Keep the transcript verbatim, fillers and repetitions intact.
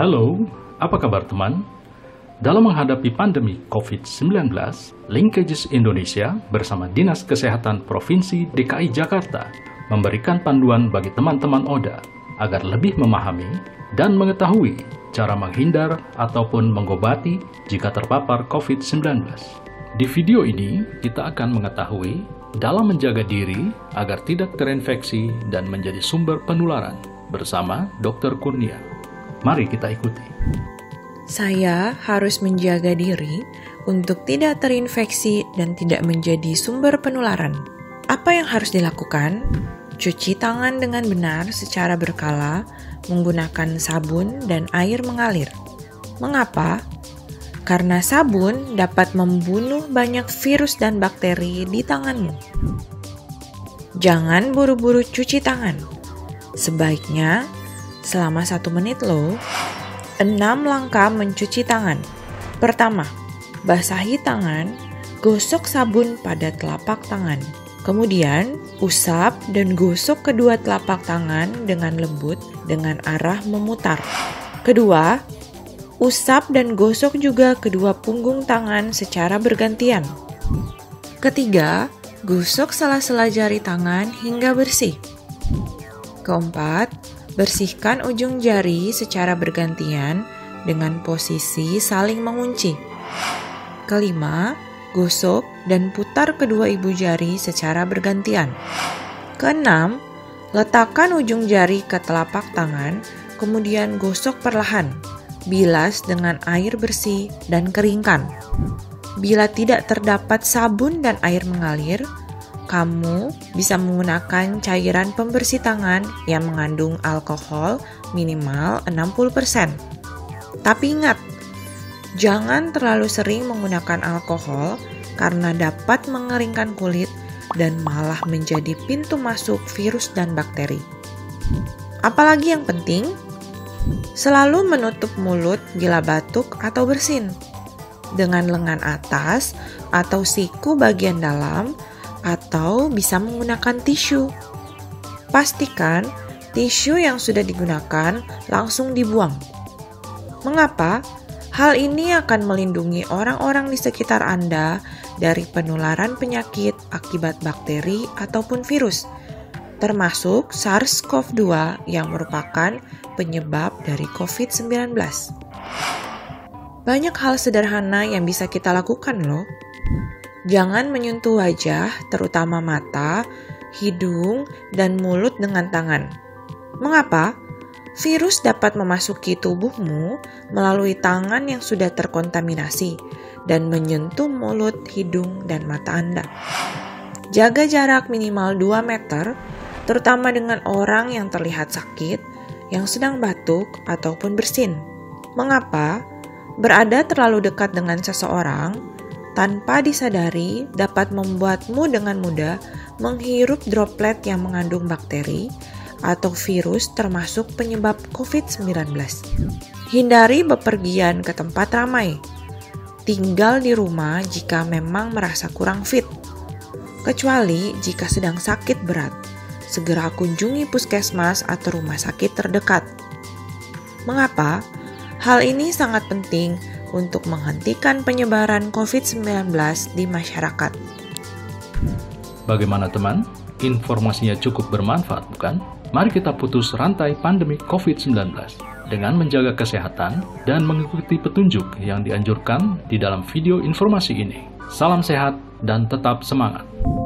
Halo, apa kabar teman? Dalam menghadapi pandemi covid sembilan belas, Linkages Indonesia bersama Dinas Kesehatan Provinsi D K I Jakarta memberikan panduan bagi teman-teman ODA agar lebih memahami dan mengetahui cara menghindar ataupun mengobati jika terpapar covid sembilan belas. Di video ini, kita akan mengetahui dalam menjaga diri agar tidak terinfeksi dan menjadi sumber penularan bersama dokter Kurnia. Mari kita ikuti. Saya harus menjaga diri untuk tidak terinfeksi dan tidak menjadi sumber penularan. Apa yang harus dilakukan? Cuci tangan dengan benar secara berkala menggunakan sabun dan air mengalir. Mengapa? Karena sabun dapat membunuh banyak virus dan bakteri di tanganmu. Jangan buru-buru cuci tangan. Sebaiknya selama satu menit loh. Enam langkah mencuci tangan. Pertama, basahi tangan, gosok sabun pada telapak tangan. Kemudian, usap dan gosok kedua telapak tangan dengan lembut dengan arah memutar. Kedua, usap dan gosok juga kedua punggung tangan secara bergantian. Ketiga, gosok sela-sela jari tangan hingga bersih. Keempat, bersihkan ujung jari secara bergantian dengan posisi saling mengunci. Kelima, gosok dan putar kedua ibu jari secara bergantian. Keenam, letakkan ujung jari ke telapak tangan, kemudian gosok perlahan. Bilas dengan air bersih dan keringkan. Bila tidak terdapat sabun dan air mengalir, kamu bisa menggunakan cairan pembersih tangan yang mengandung alkohol minimal enam puluh persen. Tapi ingat, jangan terlalu sering menggunakan alkohol karena dapat mengeringkan kulit dan malah menjadi pintu masuk virus dan bakteri. Apalagi yang penting, selalu menutup mulut bila batuk atau bersin dengan lengan atas atau siku bagian dalam, atau bisa menggunakan tisu. Pastikan tisu yang sudah digunakan langsung dibuang. Mengapa? Hal ini akan melindungi orang-orang di sekitar Anda dari penularan penyakit akibat bakteri ataupun virus, termasuk SARS-CoV dua yang merupakan penyebab dari covid sembilan belas. Banyak hal sederhana yang bisa kita lakukan loh. Jangan menyentuh wajah, terutama mata, hidung, dan mulut dengan tangan. Mengapa? Virus dapat memasuki tubuhmu melalui tangan yang sudah terkontaminasi dan menyentuh mulut, hidung, dan mata Anda. Jaga jarak minimal dua meter, terutama dengan orang yang terlihat sakit, yang sedang batuk, ataupun bersin. Mengapa? Berada terlalu dekat dengan seseorang tanpa disadari dapat membuatmu dengan mudah menghirup droplet yang mengandung bakteri atau virus termasuk penyebab covid sembilan belas. Hindari bepergian ke tempat ramai. Tinggal di rumah jika memang merasa kurang fit. Kecuali jika sedang sakit berat, segera kunjungi puskesmas atau rumah sakit terdekat. Mengapa? Hal ini sangat penting untuk menghentikan penyebaran covid sembilan belas di masyarakat. Bagaimana teman? Informasinya cukup bermanfaat bukan? Mari kita putus rantai pandemi covid sembilan belas dengan menjaga kesehatan dan mengikuti petunjuk yang dianjurkan di dalam video informasi ini. Salam sehat dan tetap semangat.